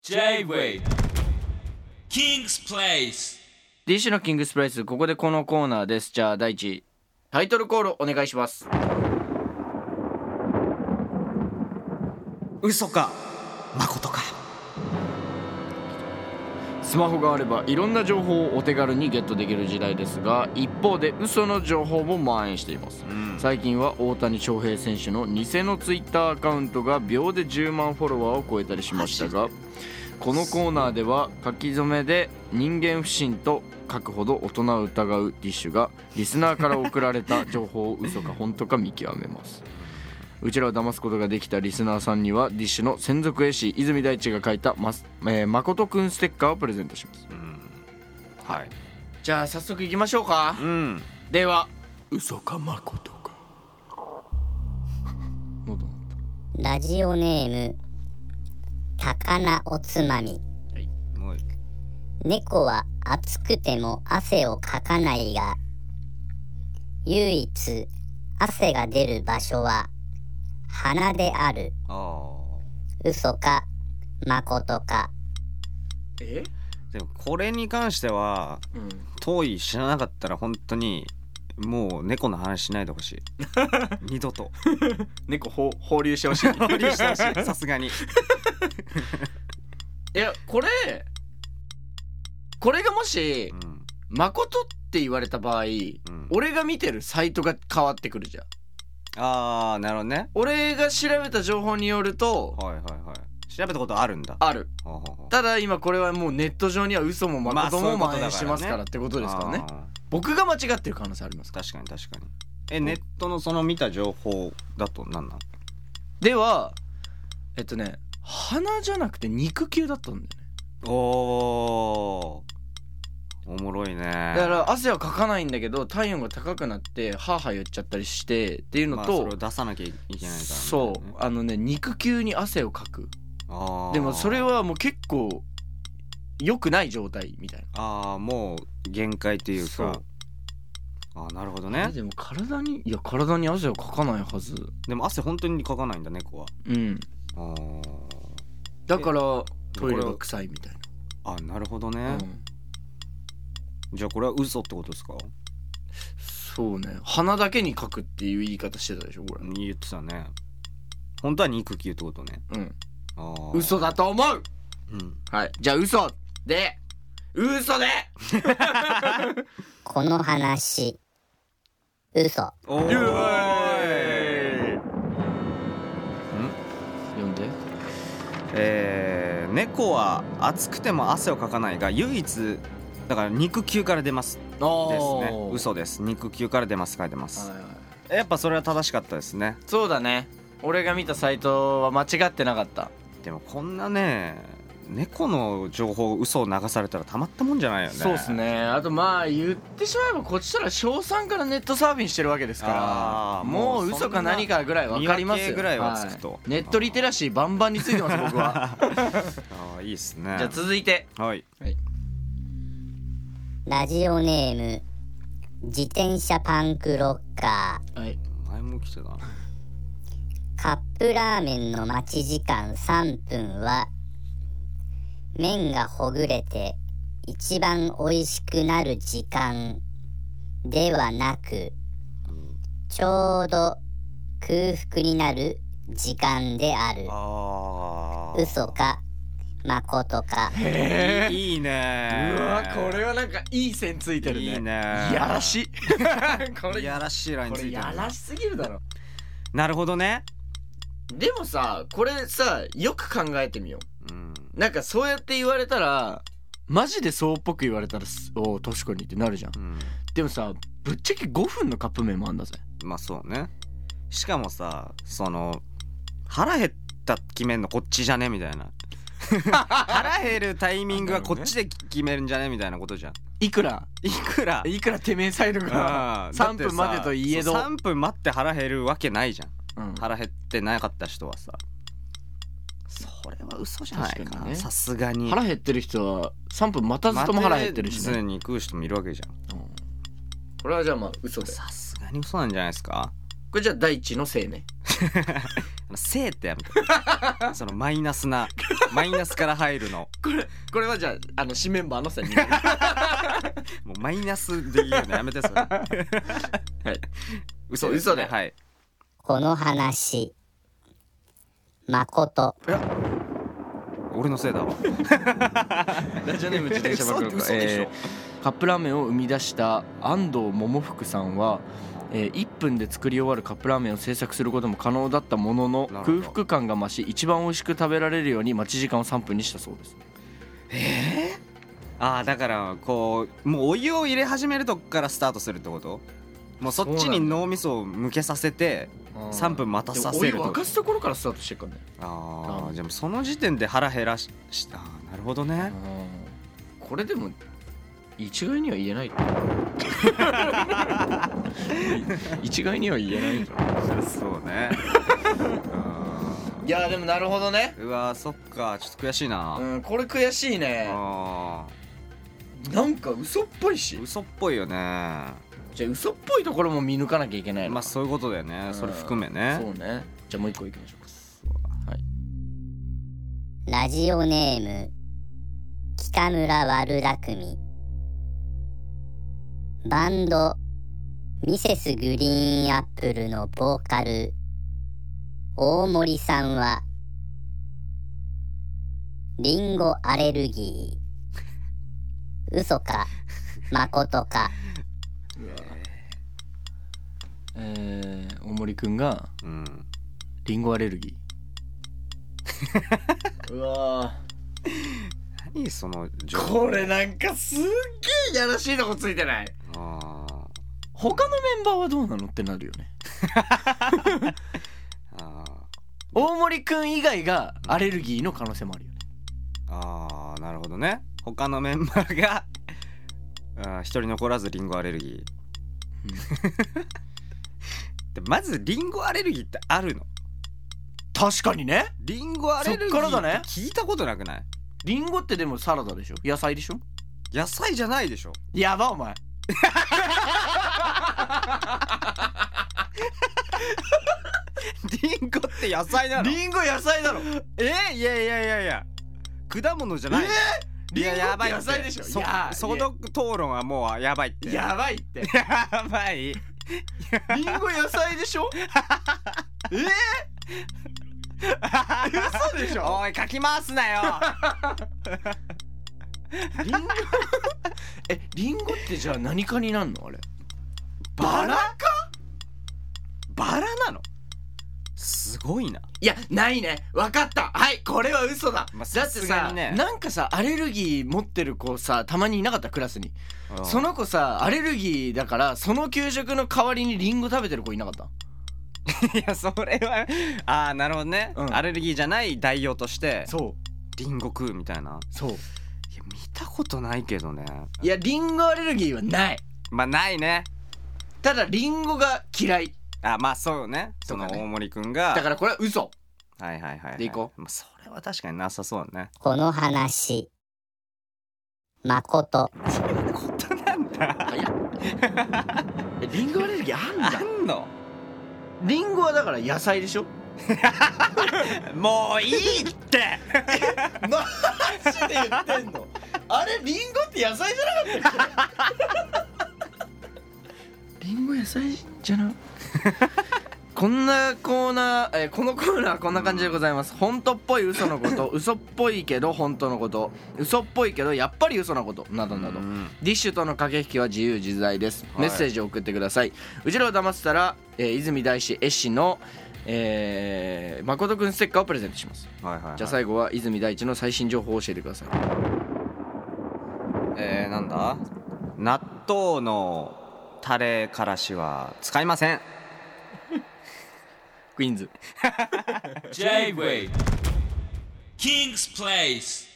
J-Wave King's Place DC のキングスプレイス、ここでこのコーナーです。じゃあ第一タイトルコールお願いします。 嘘か誠か。 スマホがあればいろんな情報をお手軽にゲットできる時代ですが、一方で嘘の情報も蔓延しています、最近は大谷翔平選手の偽のツイッターアカウントが秒で10万フォロワーを超えたりしましたが、このコーナーでは書き初めで人間不信と書くほど大人を疑うディッシュがリスナーから送られた情報を嘘か本当か見極めます。うちらを騙すことができたリスナーさんにはディッシュの専属絵師泉大地が書いた誠くんステッカーをプレゼントします、はい、じゃあ早速いきましょうか、では嘘か誠か。喉鳴った。 ラジオネーム高菜おつまみ、 もう猫は暑くても汗をかかないが、唯一汗が出る場所は鼻である。嘘か誠か。 でもこれに関しては、遠い知らなかったら本当にもう猫の話しないでほしい二度と猫放流してほしい。 放流してほしいさすがに。 いやこれがもし、誠って言われた場合、俺が見てるサイトが変わってくるじゃん。 あーなるほどね。 俺が調べた情報によると、 調べたことあるんだ。 ある。ただ今これはもうネット上には嘘も誠も蔓延しますからってことですからね。僕が間違ってる可能性ありますから。 確かにネットのその見た情報だと何なんでは鼻じゃなくて肉球だったんだよね。 おもろいね。 だから汗はかかないんだけど体温が高くなってハーハー言っちゃったりしてっていうのと、 それを出さなきゃいけないから、ね、 そう肉球に汗をかく。でもそれはもう結構良くない状態みたいな。 もう限界っていうか。なるほどね。 でも体に汗はかかないはず。 でも汗本当にかかないんだ猫は。 だからトイレが臭いみたいな。 なるほどね、じゃあこれは嘘ってことですか？ そうね。鼻だけにかくっていう言い方してたでしょこれ。 言ってたね。本当は肉球ってことね。 嘘だと思う。はい。じゃあ嘘でこの話嘘。 読んで。 猫は暑くても汗をかかないが唯一だから肉球から出ますですね。嘘です。肉球から出ます書いてます、やっぱそれは正しかったですね。 そうだね。俺が見たサイトは間違ってなかった。 でもこんなね猫の情報嘘を流されたらたまったもんじゃないよね。 そうですね。あと言ってしまえばこっちとら小3からネットサーフィンしてるわけですから、もう嘘か何かぐらい分かりますよ。 見分けぐらいはつくと、 ネットリテラシーバンバンについてます僕は。 いいっすね。 じゃあ続いて、 ラジオネーム自転車パンクロッカー、 前も来てたな。 カップラーメンの待ち時間3分は麺がほぐれて一番美味しくなる時間ではなく、ちょうど空腹になる時間である。嘘か誠か。 いいね。 うわこれはなんかいい線ついてるね。 いいね。 いやらしい。これいやらしいラインついてる。 これやらしすぎるだろ。 なるほどね。 でもさこれさよく考えてみよう、なんかそうやって言われたらマジでそうっぽく言われたら確かにってなるじゃん、でもさぶっちゃけ5分のカップ麺もあんだぜ。 まあそうね。しかもさその腹減った決めんのこっちじゃねみたいな。腹減るタイミングはこっちで決めるんじゃねみたいなことじゃん。いくらてめえサイドが3分待てといえど 3分待って腹減るわけないじゃん、腹減ってなかった人はさ。それは嘘じゃないかな。さすがに腹減ってる人は3分待たずとも腹減ってるしね。 待てずに食う人もいるわけじゃん、 これはじゃあ嘘で。 さすがに嘘なんじゃないですか。 これじゃあ第一のせいね。 せーってやめてそのマイナスから入るのこれはじゃあ新メンバーのさんにもうマイナスで言うのやめてそれはい嘘ではい。 この話誠。 俺のせいだわラジオネーム自転車爆嘘でしょ。 カップラーメンを生み出した安藤桃福さんは、1分で作り終わるカップラーメンを製作することも可能だったものの、空腹感が増し一番美味しく食べられるように待ち時間を3分にしたそうです。 だからこうもうお湯を入れ始めるとこからスタートするってこと？もうそっちに脳みそを向けさせて3分待たさせると。 お湯沸かすところからスタートしてるからね。 じゃあその時点で腹減らしたなるほどね。 これでも一概には言えない一概には言えないんじゃないそうねいやでもなるほどね。 うわそっかちょっと悔しいな。 これ悔しいね。なんか嘘っぽいし。 嘘っぽいよね。 じゃあ嘘っぽいところも見抜かなきゃいけないのか。 まあそういうことだよね。それ含めね。 そうね。じゃあもう一個いきましょうか。はい。 ラジオネーム北村悪巧み。バンドミセスグリーンアップルのボーカル大森さんはリンゴアレルギー。嘘か誠か。 大森くんがリンゴアレルギーうわ何そのこれなんかすっげえやらしいとこついてない？他のメンバーはどうなのってなるよね大森くん以外がアレルギーの可能性もあるよね。 なるほどね。他のメンバーが一人残らずリンゴアレルギー、でまずリンゴアレルギーってあるの？ 確かにね。 リンゴアレルギーって聞いたことなくない？ リンゴってでもサラダでしょ？野菜でしょ？ 野菜じゃないでしょ？やばお前リンゴって野菜なの？ リンゴ野菜だろ。 いや果物じゃない。 リンゴって野菜でしょ。 その討論はもうやばいって。 やばいってやばい。 リンゴ野菜でしょ嘘でしょ。 おいかき回すなよリンゴリンゴってじゃあ何かになんの？あれバラか？ バラなの？すごいな。 いやないね。分かった。はいこれは嘘だ、だってさ、なんかさアレルギー持ってる子さたまにいなかった？クラスにその子さアレルギーだからその給食の代わりにリンゴ食べてる子いなかった？ いやそれはなるほどね、アレルギーじゃない代用としてリンゴ食うみたいな。 そういや見たことないけどね。 いやリンゴアレルギーはない。 まあないね。 ただリンゴが嫌い。 まあそうよね。その大森くんがだからこれは嘘。 はいでいこう。 それは確かになさそうだね。 この話誠。 そういうことなんだ。 リンゴアレルギーあんの？ リンゴはだから野菜でしょもういいってマジで言ってんの？あれリンゴって野菜じゃなかったっけ？リンゴ野菜じゃなこんなコーナー、このコーナーはこんな感じでございます。本当っぽい嘘のこと嘘っぽいけど本当のこと嘘っぽいけどやっぱり嘘なことなどなどディッシュとの駆け引きは自由自在です、メッセージを送ってください。うちらを騙せたら、泉大師絵師の誠くんステッカーをプレゼントします、じゃあ最後は泉大地の最新情報を教えてください。 なんだ納豆のタレからしは使いませんクイーンズ J-Wave King's Place